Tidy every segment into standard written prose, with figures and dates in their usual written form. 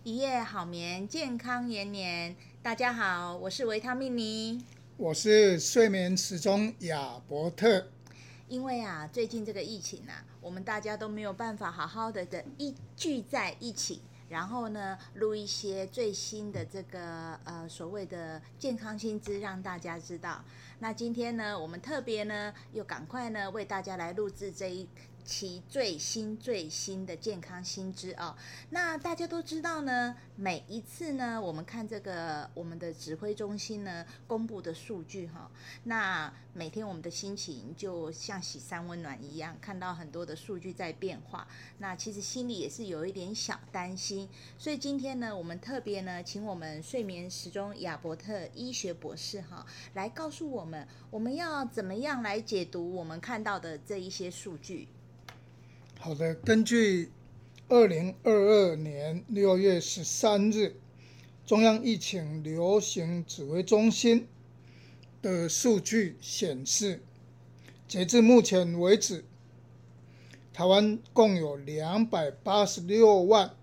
一夜好眠，健康延年。大家好，我是维他命尼。 我是睡眠时钟亚伯特。 因为最近这个疫情我们大家都没有办法好好的聚在一起，然后呢，录一些最新的这个所谓的健康新知，让大家知道。那今天呢，我们特别呢，又赶快呢，为大家来录制这一期最新的健康新知哦。那大家都知道呢，每一次呢，我们看这个我们的指挥中心呢公布的数据那每天我们的心情就像洗三温暖一样，看到很多的数据在变化，那其实心里也是有一点小担心。所以今天呢，我们特别呢，请我们睡眠时钟亚伯特医学博士来告诉我们，我们要怎么样来解读我们看到的这一些数据。 好的，根据2022年6月13日中央疫情流行指挥中心的数据显示，截至目前为止，台湾共有286万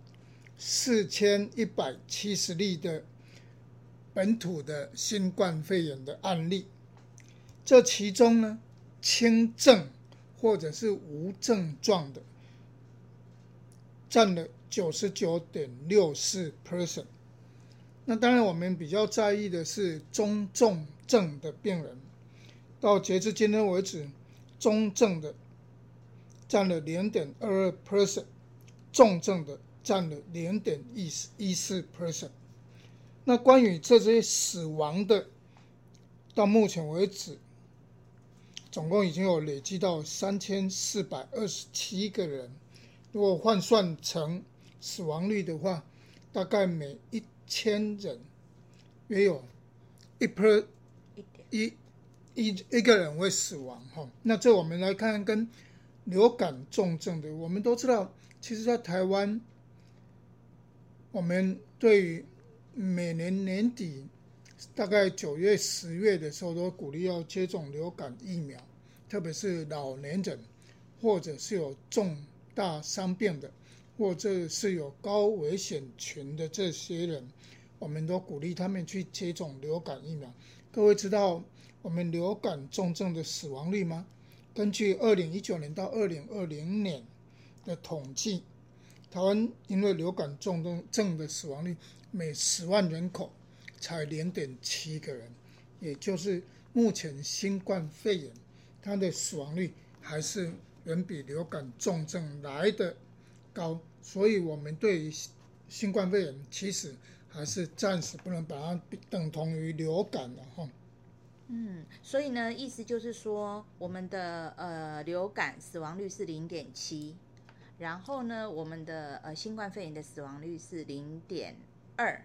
4170例的本土的新冠肺炎的案例。这其中呢，轻症或者是无症状的占了 99.64%。 那当然我们比较在意的是中重症的病人，到截至今天为止，中症的占了 0.22%， 重症的占了 0.14%。 那关于这些死亡的，到目前为止总共已经有累积到3427个人，如果换算成死亡率的话，大概每1000人约有一个人会死亡。那这我们来看跟流感重症的，我们都知道，其实在台湾，我们对于每年年底大概9月、10月的时候，都鼓励要接种流感疫苗，特别是老年人，或者是有重大伤病的，或者是有高危险群的这些人，我们都鼓励他们去接种流感疫苗。各位知道我们流感重症的死亡率吗？根据2019年到2020年的统计，台湾因为流感重症的死亡率每10万人口才 0.7 个人，也就是目前新冠肺炎它的死亡率还是远比流感重症来的高。所以我们对于新冠肺炎其实还是暂时不能把它等同于流感了。 所以呢，意思就是说，我们的流感死亡率是 0.7， 然后呢，我们的新冠肺炎的死亡率是 0.2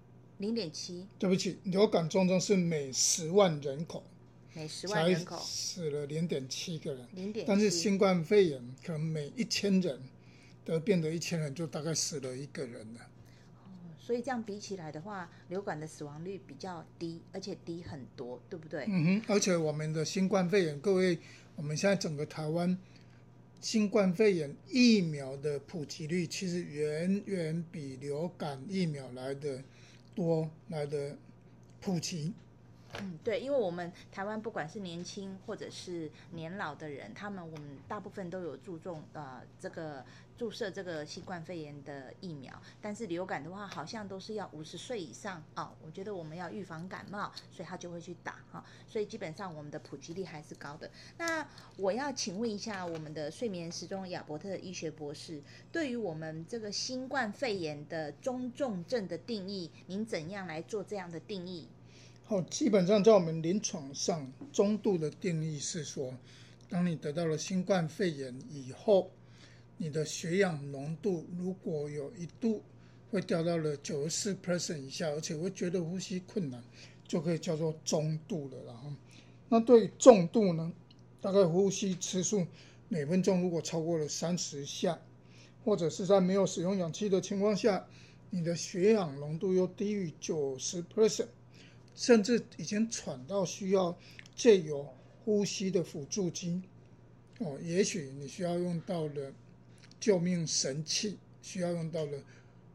0.7。 对不起，流感重症是每10万人口每10万人口才死了 0.7 个人， 0.7， 但是新冠肺炎可能每1000人得病的1000人就大概死了1个人了。 所以这样比起来的话，流感的死亡率比较低，而且低很多，对不对？ 而且我们的新冠肺炎，各位，我们现在整个台湾新冠肺炎疫苗的普及率，其实远远比流感疫苗来的多，来的普及。 对，因为我们台湾不管是年轻或者是年老的人，我们大部分都有注重这个注射这个新冠肺炎的疫苗，但是流感的话，好像都是要50岁以上我觉得我们要预防感冒，所以他就会去打所以基本上我们的普及率还是高的。那我要请问一下我们的睡眠时钟亚伯特的医学博士，对于我们这个新冠肺炎的中重症的定义，您怎样来做这样的定义？ 基本上在我们临床上，中度的定义是说，当你得到了新冠肺炎以后，你的血氧浓度如果有一度会掉到了 94% 以下，而且会觉得呼吸困难，就可以叫做中度了。那对于重度呢，大概呼吸次数每分钟如果超过了30下，或者是在没有使用氧气的情况下，你的血氧浓度又低于 90%，甚至已经喘到需要借由呼吸的辅助机也许你需要用到了救命神器，需要用到了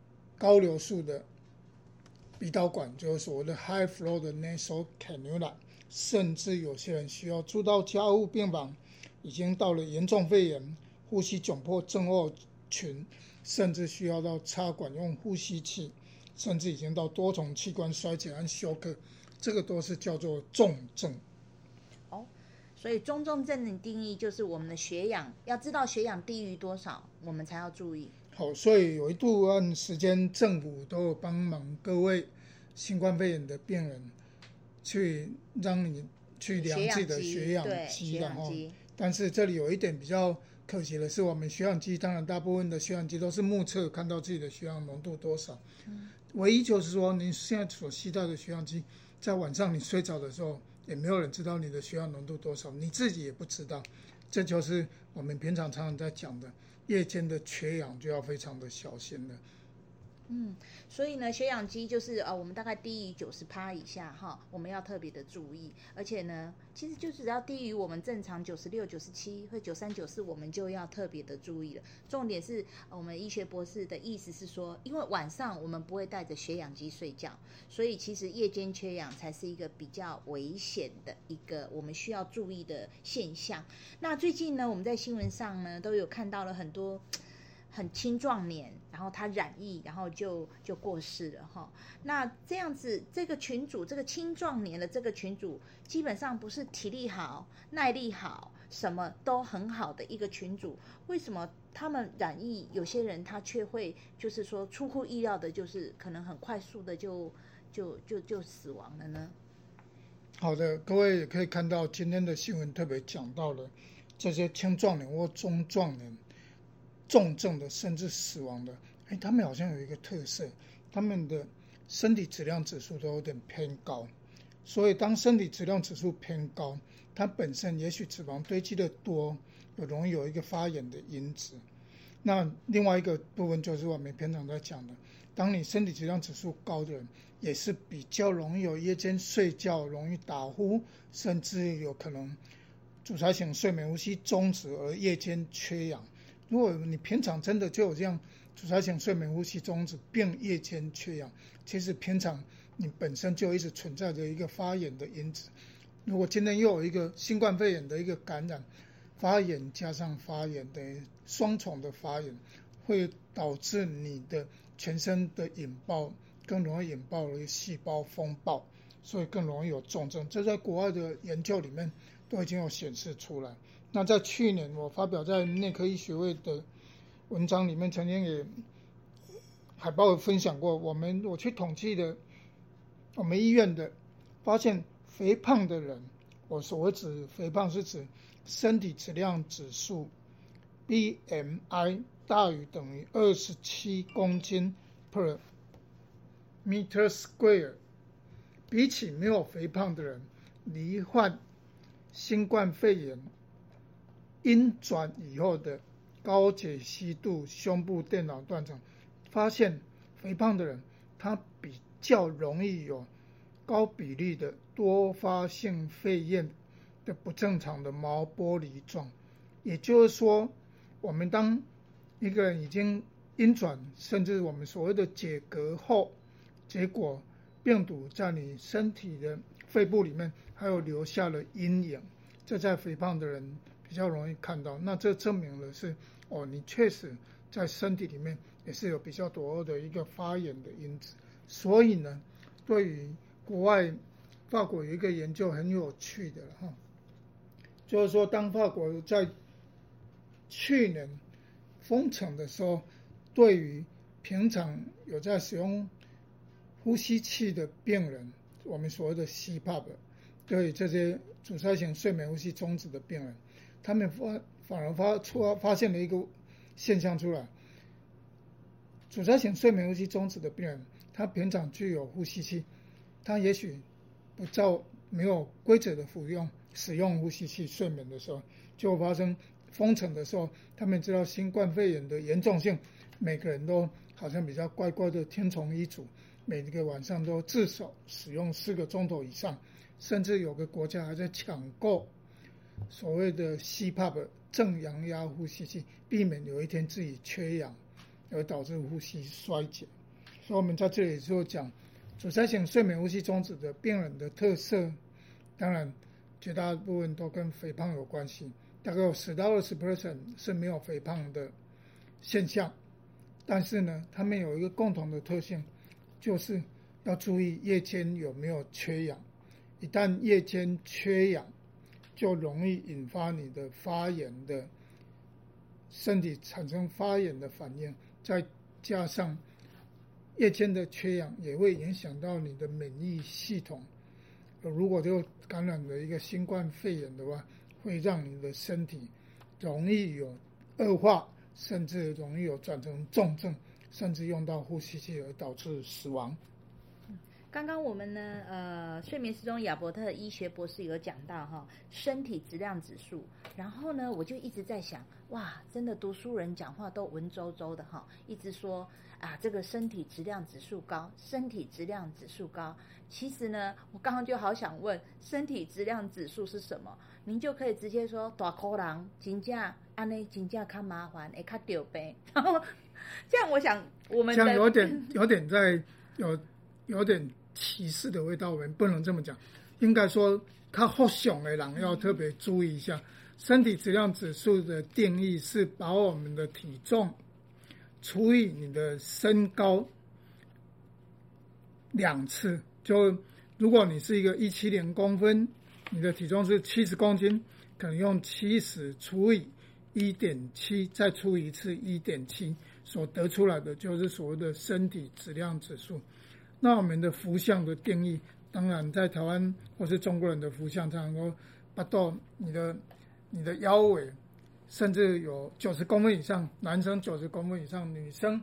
高流速的鼻导管，就是所谓的 high flow 的 nasal cannula， 甚至有些人需要住到加护病房，已经到了严重肺炎、呼吸窘迫症候群，甚至需要到插管用呼吸器，甚至已经到多重器官衰竭和休克，这个都是叫做重症。 所以中重症的定义就是我们的血氧，要知道血氧低于多少，我们才要注意。 好，所以有一段时间政府都有帮忙各位新冠肺炎的病人去让你去量自己的血氧机，然后，但是这里有一点比较可惜的是，我们血氧机当然大部分的血氧机都是目测看到自己的血氧浓度多少，唯一就是说您现在所携带的血氧机，在晚上你睡着的时候，也没有人知道你的血氧浓度多少，你自己也不知道，这就是我们平常常在讲的，夜间的缺氧就要非常的小心了。 所以呢，血氧机就是我们大概低于90%以下哈，我们要特别的注意。而且呢，其实就只要低于我们正常96、97或93、94，我们就要特别的注意了。重点是我们医学博士的意思是说，因为晚上我们不会带着血氧机睡觉，所以其实夜间缺氧才是一个比较危险的一个我们需要注意的现象。那最近呢，我们在新闻上呢都有看到了很多很青壮年，然后他染疫，然后就过世了哈。那这样子，这个群组，这个青壮年的这个群组，基本上不是体力好、耐力好，什么都很好的一个群组。为什么他们染疫，有些人他却会就是说出乎意料的，就是可能很快速的就死亡了呢？ 好的，各位也可以看到今天的新闻特别讲到了这些青壮年或中壮年重症的甚至死亡的，他们好像有一个特色，他们的身体质量指数都有点偏高，所以当身体质量指数偏高，它本身也许脂肪堆积的多，容易有一个发炎的因子。那另外一个部分就是我们平常在讲的，当你身体质量指数高的人，也是比较容易有夜间睡觉容易打呼，甚至有可能阻塞性睡眠呼吸中止而夜间缺氧。如果你平常真的就有这样阻塞性睡眠呼吸中止并夜间缺氧，其实平常你本身就一直存在着一个发炎的因子。如果今天又有一个新冠肺炎的一个感染，发炎加上发炎等于双重的发炎，会导致你的全身的引爆更容易引爆了细胞风暴，所以更容易有重症。这在国外的研究里面都已经有显示出来。那在去年我发表在内科医学会的文章里面，曾经也海报分享过，我去统计的我们医院的，发现肥胖的人，我所谓指肥胖是指身体质量指数 BMI 大于等于27公斤 per meter square， 比起没有肥胖的人，罹患新冠肺炎阴转以后的高解析度胸部电脑断层，发现肥胖的人他比较容易有高比例的多发性肺炎的不正常的毛玻璃状。也就是说，我们当一个人已经阴转，甚至我们所谓的解隔后，结果病毒在你身体的肺部里面还有留下了阴影，这在肥胖的人比较容易看到。那这证明了是你确实在身体里面也是有比较多的一个发炎的因子。所以呢，对于国外法国有一个研究很有趣的就是说当法国在去年封城的时候，对于平常有在使用呼吸器的病人，我们所谓的 CPAP， 对于这些阻塞性睡眠呼吸中止的病人，他们反而发现了一个现象出来，阻塞性睡眠呼吸中止的病人，他平常具有呼吸器，他也许没有规则的使用呼吸器睡眠的时候，就发生封城的时候，他们知道新冠肺炎的严重性，每个人都好像比较乖乖的听从医嘱，每个晚上都至少使用4个钟头以上，甚至有个国家还在抢购所谓的 CPAP 正阳压呼吸器，避免有一天自己缺氧而导致呼吸衰竭。 所以我们在这里就讲阻塞型睡眠呼吸中止的病人的特色，当然绝大部分都跟肥胖有关系，大概有10%到20% 是没有肥胖的现象，但是呢，他们有一个共同的特性，就是要注意夜间有没有缺氧。一旦夜间缺氧，就容易引发你的发炎的身体产生发炎的反应，再加上夜间的缺氧也会影响到你的免疫系统。如果就感染了一个新冠肺炎的话，会让你的身体容易有恶化，甚至容易有转成重症，甚至用到呼吸器而导致死亡。 刚刚我们呢，睡眠时钟亚伯特医学博士有讲到哈，身体质量指数。然后呢，我就一直在想，哇，真的读书人讲话都文绉绉的哈，一直说啊，这个身体质量指数高，身体质量指数高。其实呢，我刚刚就好想问，身体质量指数是什么？您就可以直接说，大可人真正安尼真正较麻烦，会较丢病。然后这样，我想我们的这样有点歧视的味道，我们不能这么讲，应该说较福祥的人要特别注意一下。身体质量指数的定义是把我们的体重除以你的身高2次，就如果你是一个170公分，你的体重是70公斤，可能用70除以 1.7 再除一次 1.7， 所得出来的就是所谓的身体质量指数。那我们的幅相的定义，当然在台湾或是中国人的幅相，才能够达到你的腰围，甚至有90公分以上，男生90公分以上，女生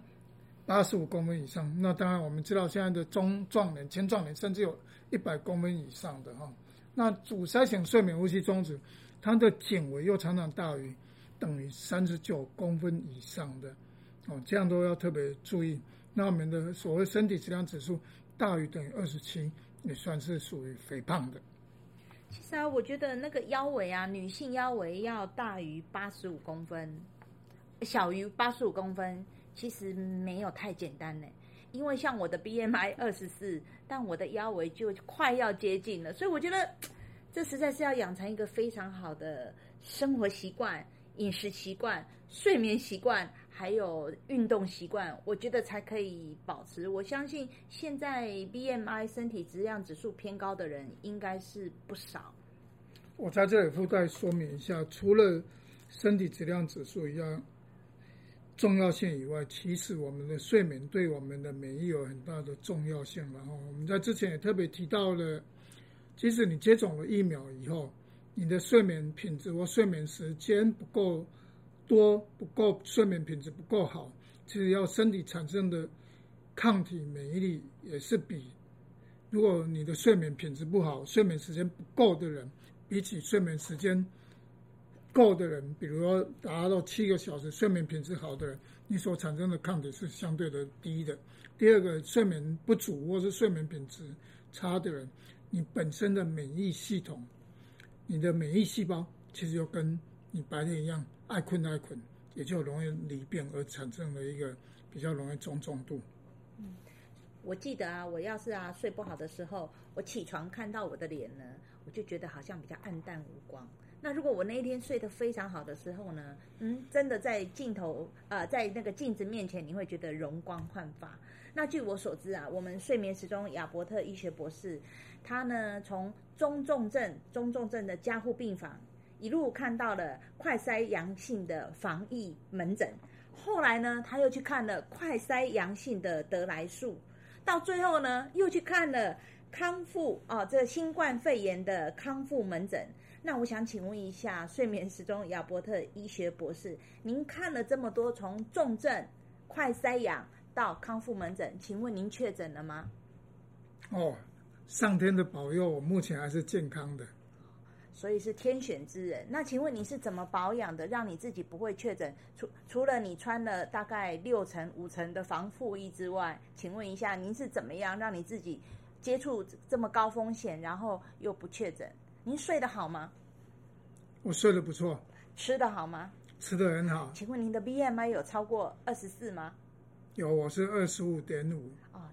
85公分以上。那当然我们知道现在的中壮年、青壮年甚至有100公分以上的哈。那阻塞型睡眠呼吸中止，它的颈围又常常大于等于39公分以上的这样都要特别注意。那我们的所谓身体质量指数大于等于27，也算是属于肥胖的。 其实啊，我觉得那个腰围啊，女性腰围要大于85公分，小于85公分，其实没有太简单呢。因为像我的 BMI 24，但我的腰围就快要接近了，所以我觉得这实在是要养成一个非常好的生活习惯、饮食习惯、睡眠习惯，还有运动习惯，我觉得才可以保持。我相信现在 BMI 身体质量指数偏高的人应该是不少。 我在这里附带说明一下，除了身体质量指数一样重要性以外，其实我们的睡眠对我们的免疫有很大的重要性。然后我们在之前也特别提到了，即使你接种了疫苗以后，你的睡眠品质或睡眠时间不够多，不够睡眠品质不够好，其实要身体产生的抗体免疫力也是比如果你的睡眠品质不好，睡眠时间不够的人，比起睡眠时间够的人，比如说达到7个小时睡眠品质好的人，你所产生的抗体是相对的低的。第二个，睡眠不足或是睡眠品质差的人，你本身的免疫系统，你的免疫细胞其实就跟你白天一样爱困，也就容易离变，而产生了一个比较容易中重度。 我记得啊，我要是睡不好的时候，我起床看到我的脸呢，我就觉得好像比较暗淡无光。那如果我那一天睡得非常好的时候呢，真的在在那个镜子面前，你会觉得容光焕发。那据我所知啊，我们睡眠时钟亚伯特医学博士，他呢从中重症的加护病房一路看到了快筛阳性的防疫门诊，后来呢他又去看了快筛阳性的得来速，到最后呢又去看了康复这新冠肺炎的康复门诊。那我想请问一下睡眠时钟亚伯特医学博士，您看了这么多从重症、快筛阳到康复门诊，请问您确诊了吗？ 上天的保佑，我目前还是健康的， 所以是天选之人。那请问你是怎么保养的，让你自己不会确诊？除了你穿了大概6层、5层的防护衣之外，请问一下您是怎么样让你自己接触这么高风险，然后又不确诊？您睡得好吗？ 我睡得不错。 吃得好吗？ 吃得很好。 请问您的 BMI 有超过24吗？ 有，我是25.5。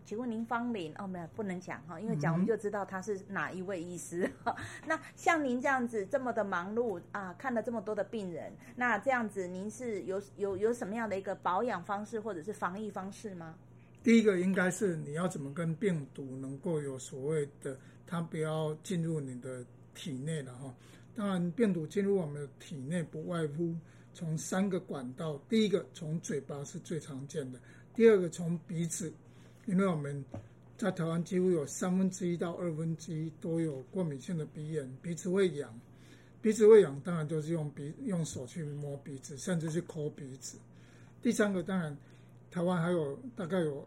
请问您芳龄没有不能讲因为讲我们就知道他是哪一位医师。那像您这样子这么的忙碌看了这么多的病人，那这样子您是有什么样的一个保养方式或者是防疫方式吗？ 第一个应该是你要怎么跟病毒能够有所谓的它不要进入你的体内了当然病毒进入我们的体内不外乎从3个管道，第一个从嘴巴是最常见的，第二个从鼻子，因为我们在台湾几乎有1/3到1/2都有过敏性的鼻炎，鼻子会痒，当然就是用手去摸鼻子，甚至去抠鼻子。第三个当然台湾还有大概有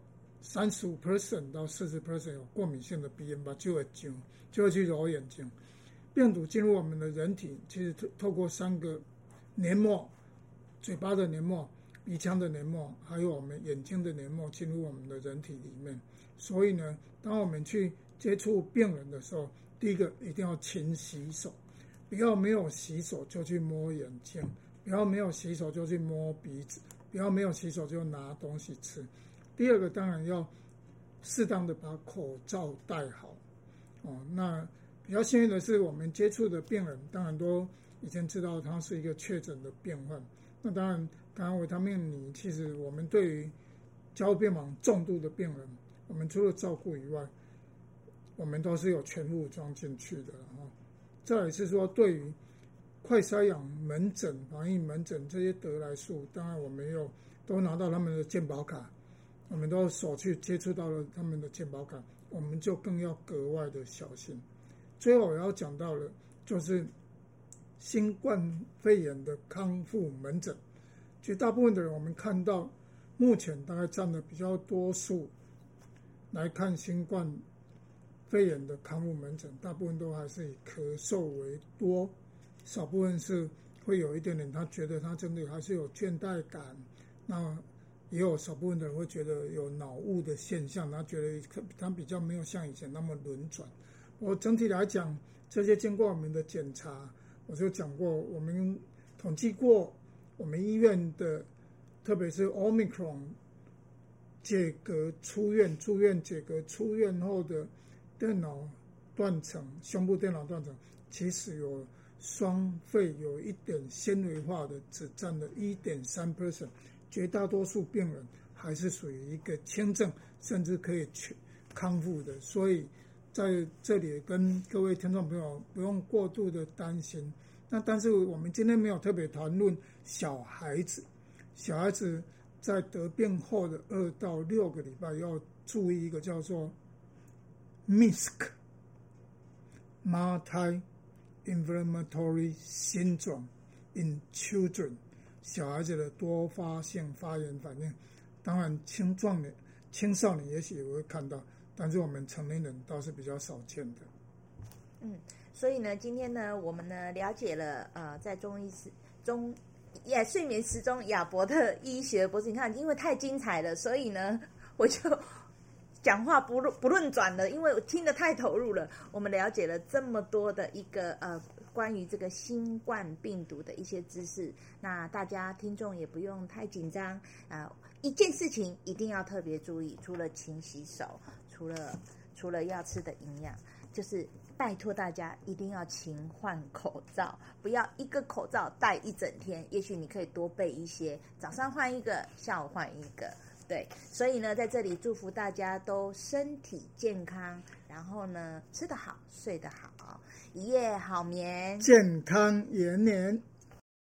35% 到40% 有过敏性的鼻炎吧，就会去揉眼睛。病毒进入我们的人体，其实透过3个黏膜，嘴巴的黏膜、鼻腔的黏膜，还有我们眼睛的黏膜进入我们的人体里面。所以呢，当我们去接触病人的时候，第一个一定要勤洗手，不要没有洗手就去摸眼睛，不要没有洗手就去摸鼻子，不要没有洗手就拿东西吃。第二个当然要适当的把口罩戴好那比较幸运的是，我们接触的病人当然都已经知道他是一个确诊的病患。那当然，刚刚维他命醚，其实我们对于加护病房重度的病人，我们除了照顾以外，我们都是有全副武装进去的再来是说，对于快筛阳门诊、防疫门诊这些得来速，当然我们都拿到他们的健保卡，我们都手去接触到了他们的健保卡，我们就更要格外的小心。最后我要讲到的就是新冠肺炎的康复门诊，绝大部分的人我们看到目前大概占了比较多数来看新冠肺炎的康复门诊，大部分都还是以咳嗽为多，少部分是会有一点点他觉得他真的还是有倦怠感，那也有少部分的人会觉得有脑雾的现象，他觉得他比较没有像以前那么轮转。我整体来讲，这些经过我们的检查，我就讲过，我们统计过我们医院的，特别是 Omicron 解隔出院、住院解隔出院后的电脑断层、胸部电脑断层，其实有双肺有一点纤维化的，只占了 1.3%， 绝大多数病人还是属于一个轻症，甚至可以康复的。所以在这里跟各位听众朋友不用过度的担心。那但是我们今天没有特别谈论小孩子在得病后的2到6个礼拜要注意一个叫做 MISC Multi Inflammatory Syndrome in Children， 小孩子的多发性发炎反应。当然青少年也许也会看到，但是我们成年人倒是比较少见的。 所以呢，今天呢，我们呢了解了在睡眠时钟亚伯特医学博士，你看，因为太精彩了，所以呢，我就讲话不论转了，因为我听得太投入了。我们了解了这么多的一个关于这个新冠病毒的一些知识，那大家听众也不用太紧张一件事情一定要特别注意，除了勤洗手，除了要吃的营养，就是拜托大家一定要勤换口罩，不要一个口罩戴一整天，也许你可以多备一些，早上换一个，下午换一个。对，所以呢，在这里祝福大家都身体健康，然后呢，吃得好，睡得好，一夜好眠， 健康延年。